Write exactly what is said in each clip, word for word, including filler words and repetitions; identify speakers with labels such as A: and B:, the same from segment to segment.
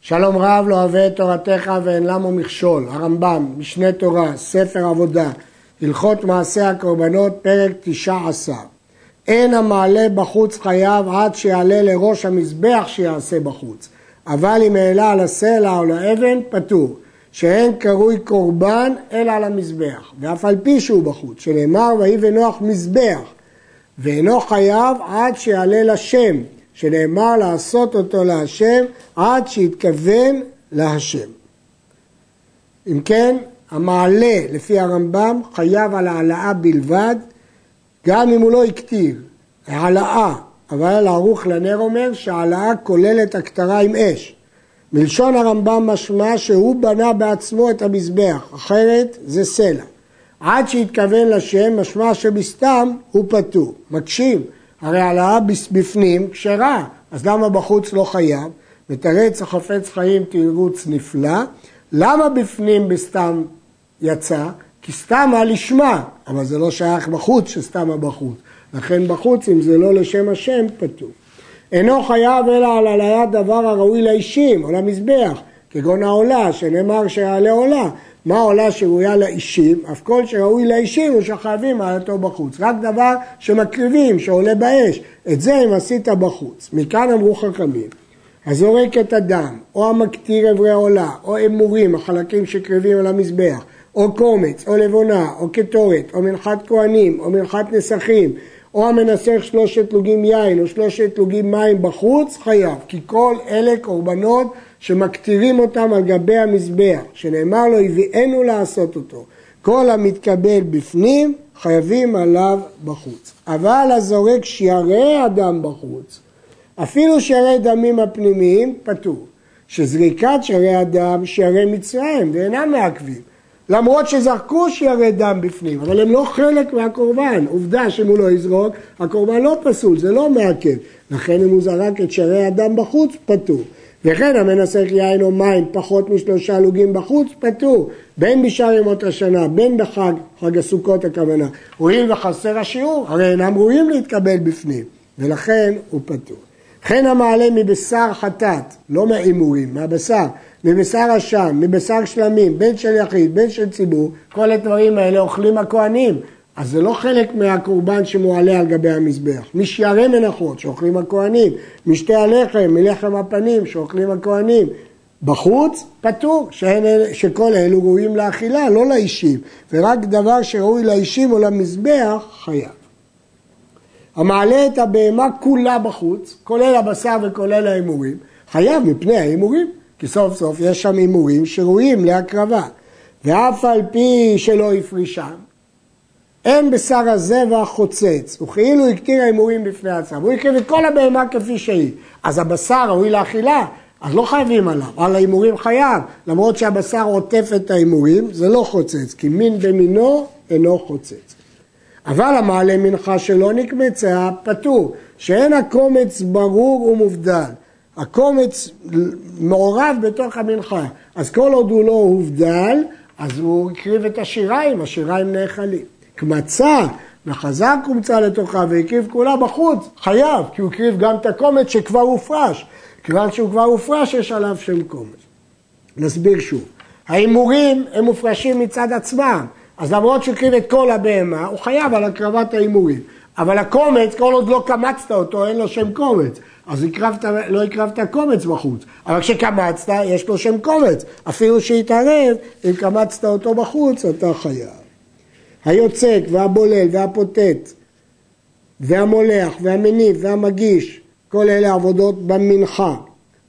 A: שלום רב לא אוהב את תורתך ואין למו מכשול. הרמב"ם, משנה תורה, ספר עבודה, הלכות מעשה הקורבנות, פרק תשע עשר. אין המעלה בחוץ חייב עד שיעלה לראש המזבח שיעשה בחוץ. אבל אם העלה על הסלע או לאבן, פטור. שאין קרוי קורבן אלא על המזבח. ואף על פי שהוא בחוץ, שנאמר ויהי ונוח מזבח. ואינו חייב עד שיעלה לשם. שנאמר לעשות אותו להשם עד שיתכוון להשם. אם כן, המעלה לפי הרמב"ם חייב על העלאה בלבד, גם אם הוא לא הכתיר, העלאה, אבל הערוך לנר אומר שהעלאה כוללת הכתרה עם אש. מלשון הרמב"ם משמע שהוא בנה בעצמו את המזבח, אחרת זה סלע. עד שיתכוון לשם משמע שבסתם הוא פטור. מקשים, הרי העלאה בפנים כשרה, אז למה בחוץ לא חייב? מתרץ החפץ חיים תירוץ נפלא. למה בפנים בסתם יצא? כי סתמה לשמה, אבל זה לא שייך בחוץ שסתמה בחוץ. לכן בחוץ, אם זה לא לשם השם, פטור. אינו חייב אלא על עליית דבר הראוי לאישים או למזבח, כגון העולה, שנאמר שיעלה עולה. מה עולה שראויה לאישים? אף כל שראוי לאישים הוא שחייבים העלתו בחוץ. רק דבר שמקריבים, שעולה באש. את זה אם עשית בחוץ. מכאן אמרו חכמים, הזורק את הדם, או המקטיר אברי עולה, או אמורים, החלקים שקריבים על המזבח, או קומץ, או לבונה, או קטורת, או מנחת כהנים, או מנחת נסכים, או המנסח שלושת לוגים יין, או שלושת לוגים מים בחוץ, חייב. כי כל אלה קורבנות שמקטירים אותם על גבי המזבח, שנאמר לו, הביאנו לעשות אותו. כל המתקבל בפנים, חייבים עליו בחוץ. אבל הזורק שירי הדם בחוץ, אפילו שירי דמים הפנימיים, פטור. שזריקת שירי הדם, שירי מצרים, ואינם מעכבים. למרות שזרקו שירי דם בפנים, אבל הם לא חלק מהקורבן. עובדה שאם הוא לא יזרוק, הקורבן לא פסול, זה לא מעכב. לכן אם הוא זרק את שירי הדם בחוץ, פטור. וכן המנסח יין או מים פחות משלושה לוגים בחוץ, פטור. בין בשאר ימות השנה, בין בחג, חג הסוכות הכוונה. הואיל וחסר השיעור, הרי אינם ראויים להתקבל בפנים, ולכן הוא פטור. כן המעלה מבשר חטאת, לא מהאימורים, מהבשר, מבשר אשם, מבשר שלמים, בין של יחיד, בין של ציבור, כל הדברים האלה אוכלים הכהנים. אז זה לא חלק מהקורבן שמועלה על גבי המזבח. משיירי מנחות שאוכלים הכהנים, משתי הלחם, מלחם הפנים שאוכלים הכהנים. בחוץ פטור, שכל אלו ראויים לאכילה, לא לאישים. ורק דבר שראוי לאישים או למזבח חייב. המעלה את הבהמה כולה בחוץ, כולל הבשר וכולל האימורים, חייב מפני האימורים, כי סוף סוף יש שם אימורים שראויים להקרבה. ואף על פי שלא הפרישם, אין בשר הזבח חוצץ, וכאילו הקטיר האימורים בפני עצמם. הוא הקריב את כל הבהמה כפי שהיא. אז הבשר ראוי לאכילה, אז לא חייבים עליו. על האימורים חייב, למרות שהבשר עוטף את האימורים, זה לא חוצץ, כי מין במינו אינו חוצץ. אבל המעלה מנחה שלא נקמצה, פטור, שאין הקומץ ברור ומובדל. הקומץ מעורב בתוך המנחה, אז כל עוד הוא לא הובדל, אז הוא הקריב את השיריים, השיריים נאכלים. קמצה, וחזק קומצה לתוכה והקריב כולה בחוץ, חייב, כי הוא הקריב גם את הקומץ שכבר הופרש. כיוון שהוא כבר הופרש, יש עליו שם קומץ. נסביר שוב. האימורים הם מופרשים מצד עצמם, אז למרות שהוא הקריב את כל הבהמה, הוא חייב על הקרבת האימורים. אבל הקומץ, כל עוד לא קמצת אותו, אין לו שם קומץ. אז הקרבת, לא הקרבת קומץ בחוץ. אבל כשקמצת, יש לו שם קומץ. אפילו שיתערב, אם קמצת אותו בחוץ, אתה חייב. היוצק והבולל והפוטט והמולח והמניף והמגיש, כל אלה עבודות במנחה.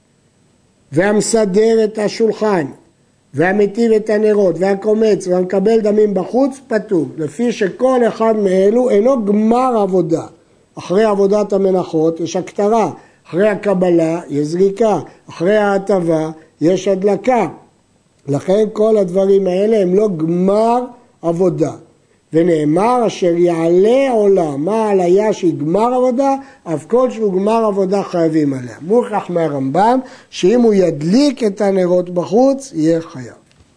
A: והמסדר את השולחן והמטיב את הנרות והקומץ והמקבל דמים בחוץ, פטור. לפי שכל אחד מאלו אינו גמר עבודה. אחרי עבודת המנחות יש הכתרה, אחרי הקבלה יש זריקה, אחרי ההטבה יש הדלקה. לכן כל הדברים האלה הם לא גמר עבודה. ונאמר אשר יעלה עולה, מה עליה שהיא גמר עבודה, אף כל שהוא גמר עבודה חייבים עליה. מוכח מהרמב"ם שאם הוא ידליק את הנרות בחוץ, יהיה חייב.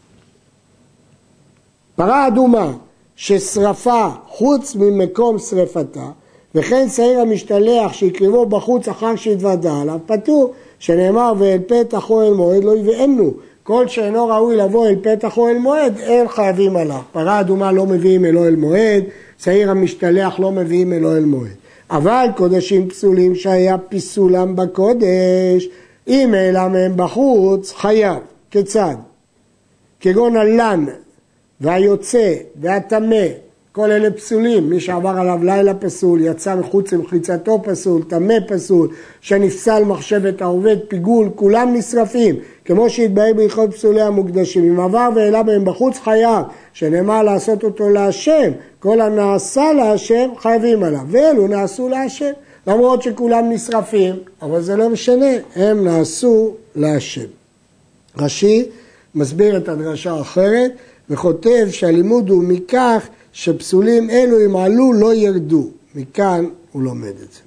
A: פרה אדומה ששרפה חוץ ממקום שרפתה, וכן שעיר המשתלח שהקריבו בחוץ אחר שהתוודע עליו, פטור, שנאמר ואל פתח אוהל מועד לא יביאנו. כל שאינו ראוי לבוא אל פתח אוהל מועד אין חייבים עליו. פרה אדומה לא מביאים אל אוהל מועד, שעיר המשתלח לא מביאים אל אוהל מועד. אבל קודשים פסולים שהיה פיסולם בקודש, אם העלה מהם בחוץ חייב. כיצד? כגון הלן והיוצא והטמא, כל אלה פסולים, מי שעבר עליו לילה פסול, יצא מחוץ למחיצתו פסול, טמא פסול, שנפסל מחשבת העובד, פיגול, כולם נשרפים, כמו שהתבהר בהלכות פסולי המוקדשים. אם עבר והעלה מהם בחוץ חייב, שנאמר לעשות אותו להשם, כל הנעשה להשם חייבים עליו, ואלו נעשו להשם, למרות שכולם נשרפים, אבל זה לא משנה, הם נעשו להשם. רש"י מסביר את הדרשה האחרת, וכותב שהלימוד הוא מכך שפסולים אלו אם עלו לא ירדו. מכאן הוא לומד את זה.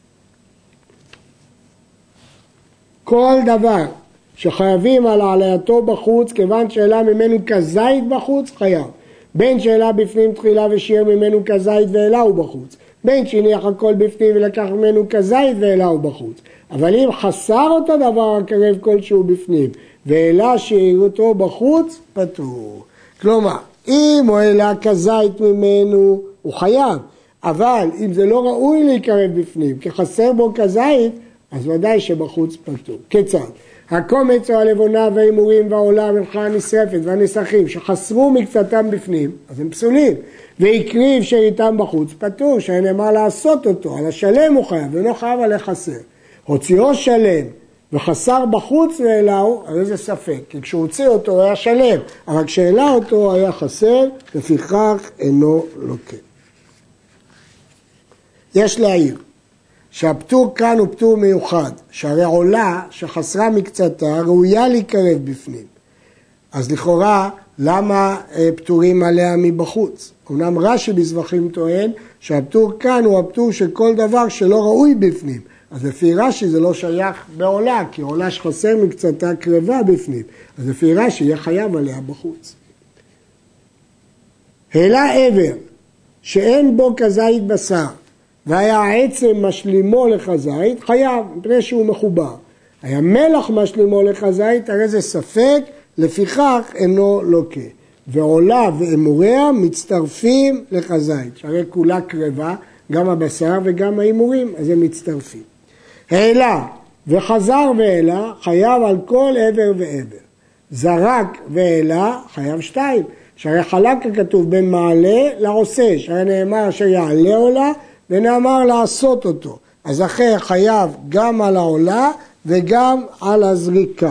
A: כל דבר שחייבים על העלייתו בחוץ, כיוון שאלה ממנו כזית בחוץ, חייב. בין שאלה בפנים תחילה ושיער ממנו כזית ואלה הוא בחוץ. בין שהניח הכל בפנים ולקח ממנו כזית ואלה הוא בחוץ. אבל אם חסר אותו דבר הקרב כלשהו בפנים, ואלה שאירותו בחוץ, פטור. כלומר, אם הוא העלה כזית ממנו, הוא חייב. אבל אם זה לא ראוי להיקרב בפנים, כי חסר בו כזית, אז ודאי שבחוץ פטור. כיצד? הקומץ או הלבונה והאימורים והעולה והמלכה הנשרפת והנסחים שחסרו מקצתם בפנים, אז הם פסולים. והקריב שאיתם בחוץ, פטור, שנאמר לעשות אותו. על השלם הוא חייב, ולא חייב על החסר. הוציאו שלם וחסר בחוץ ואלהו, הרי זה ספק, כי כשהוא הוציא אותו הוא היה שלם, אבל כשאלה אותו היה חסר, לפיכך אינו לוקה. יש להעיר שהפטור כאן הוא פטור מיוחד, שהרי עולה שחסרה מקצתה ראויה להיקרב בפנים. אז לכאורה, למה פטורים עליה מבחוץ? אמנם רש"י בזבחים טוען שהפטור כאן הוא הפטור של כל דבר שלא ראוי בפנים. אז לפי רש"י זה לא שייך בעולה, כי עולה שחסר מקצתה קרבה בפנים. אז לפי רש"י יהיה חייב עליה בחוץ. העלה עבר שאין בו כזית בשר, והיה העצם משלימו לכזית, חייב, מפני שהוא מחובר. היה מלח משלימו לכזית, הרי זה ספק, לפיכך אינו לוקה. ועולה ואמוריה מצטרפים לכזית, שהרי כולה קרבה, גם הבשר וגם האימורים, אז הם מצטרפים. העלה וחזר והעלה, חייב על כל עבר ועבר. זרק והעלה, חייב שתיים. שהרי חלק הכתוב בין מעלה לעושה, שהרי נאמר אשר יעלה עולה, ונאמר לעשות אותו. אז אחר חייב גם על העולה וגם על הזריקה.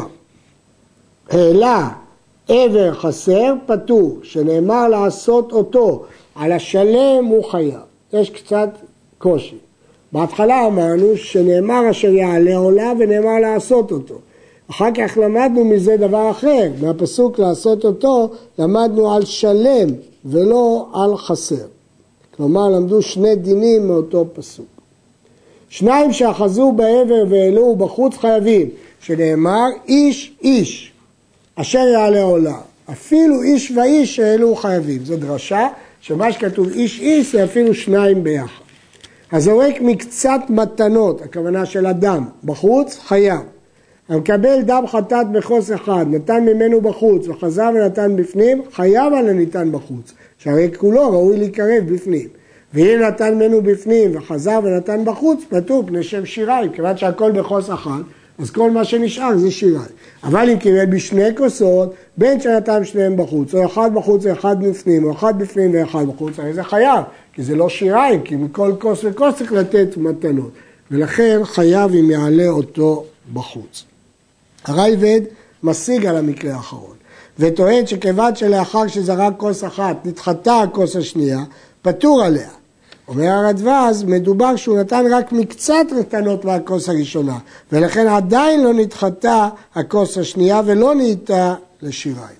A: העלה עבר חסר פטור, שנאמר לעשות אותו. על השלם הוא חייב. יש קצת קושי. בהתחלה אמרנו שנאמר אשר יעלה עולה ונאמר לעשות אותו. אחר כך למדנו מזה דבר אחר. מהפסוק לעשות אותו למדנו על שלם ולא על חסר. כלומר למדו שני דינים מאותו פסוק. שניים שאחזו בעבר והעלו בחוץ חייבים, שנאמר איש איש אשר יעלה עולה. אפילו איש ואיש העלו חייבים. זו דרשה שמה שכתוב איש איש זה אפילו שניים ביחד. הזורק מקצת מתנות, הכוונה של אדם, בחוץ חייב. המקבל דם חטאת בחוץ אחד, נתן ממנו בחוץ וחזר ונתן בפנים, חייב על הניתן בחוץ. שהרי כולו ראוי להיקרב בפנים. ואם נתן ממנו בפנים וחזר ונתן בחוץ, פטור פני שם שיריים, כיוון שהכל בחוץ אחד, אז כל מה שנשאר זה שיריים. אבל אם קיבל בשני כוסות, בין שנתן שניהם בחוץ, או אחד בחוץ ואחד בפנים, או אחד בפנים ואחד בחוץ, הרי זה חייב, כי זה לא שיריים, כי מכל כוס וכוס צריך לתת מתנות. ולכן חייב אם יעלה אותו בחוץ. הרייבד משיג על המקרה האחרון, וטוען שכיוון שלאחר שזרק כוס אחת, נדחתה הכוס השנייה, פטור עליה. אומר הרדב"ז, מדובר שהוא נתן רק מקצת נתנות מהכוס הראשונה, ולכן עדיין לא נדחתה הכוס השנייה ולא נהייתה לשיריים.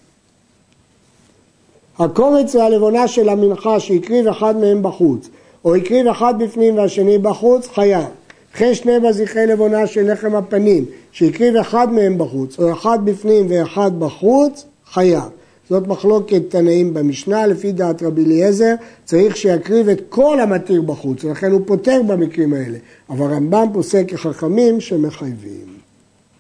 A: הקומץ והלבונה של המנחה שהקריב אחד מהם בחוץ, או הקריב אחד בפנים והשני בחוץ, חייב. וכן שני בזיחי לבונה של לחם הפנים, שהקריב אחד מהם בחוץ, או אחד בפנים ואחד בחוץ, חייב. זאת מחלוקת תנאים במשנה, לפי דעת רבי אליעזר, צריך שיקריב את כל המתיר בחוץ, ולכן הוא פותר במקרים האלה. אבל רמב"ם פוסק כחכמים שמחייבים.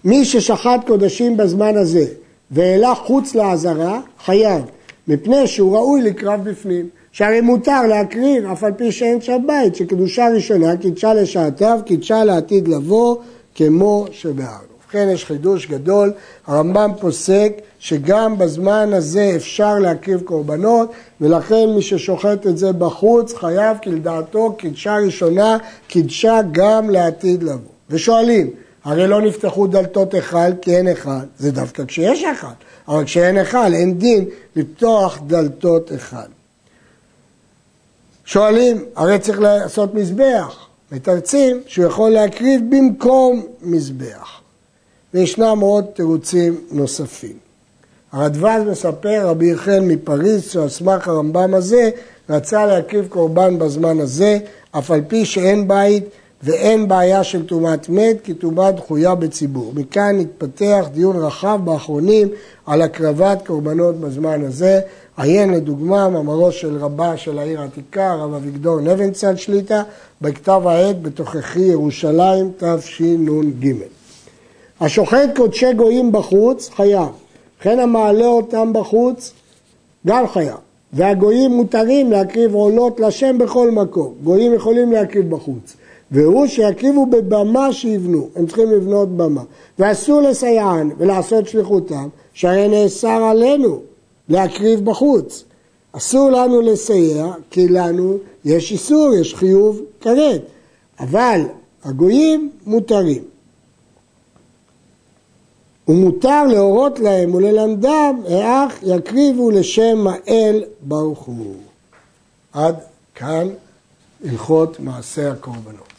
A: מי ששחט קודשים בזמן הזה והעלה חוץ לעזרה, חייב, מפני שהוא ראוי לקרב בפנים. שהרי מותר להקריב, אף על פי שאין שם בית, שקדושה ראשונה קידשה לשעתיו, קידשה לעתיד לבוא, כמו שבארנו. ובכן יש חידוש גדול, הרמב"ם פוסק שגם בזמן הזה אפשר להקריב קורבנות, ולכן מי ששוחט את זה בחוץ חייב, כי לדעתו קידשה ראשונה, קידשה גם לעתיד לבוא. ושואלים, הרי לא נפתחו דלתות היכל כי אין היכל, זה דווקא כשיש היכל, אבל כשאין היכל אין דין לפתוח דלתות היכל. שואלים, הרי צריך לעשות מזבח, מתרצים שהוא יכול להקריב במקום מזבח. וישנם עוד תירוצים נוספים. הרדב"ז מספר, רבי יחיא מפריז, שעל סמך הרמב"ם הזה, רצה להקריב קורבן בזמן הזה, אף על פי שאין בית ואין בעיה של טומאת מת, כי טומאה דחויה בציבור. מכאן התפתח דיון רחב באחרונים על הקרבת קורבנות בזמן הזה. עיין לדוגמה מאמרו של רבה של העיר העתיקה, רב אביגדור נבנצל שליטה, בכתב העת בתוכחי ירושלים תשנ"ג. השוחט קודשי גויים בחוץ חייב, וכן המעלה אותם בחוץ גם חייב. והגויים מותרים להקריב עולות לשם בכל מקום. גויים יכולים להקריב בחוץ. והוא שיקריבו בבמה שיבנו, הם צריכים לבנות במה. ואסור לסייען ולעשות שליחותם, שהרי נאסר עלינו להקריב בחוץ. אסור לנו לסייע, כי לנו יש איסור, יש חיוב כרת. אבל הגויים מותרים. ומותר להורות להם וללמדם, איך יקריבו לשם האל ברוך הוא. עד כאן הלכות מעשה הקורבנות.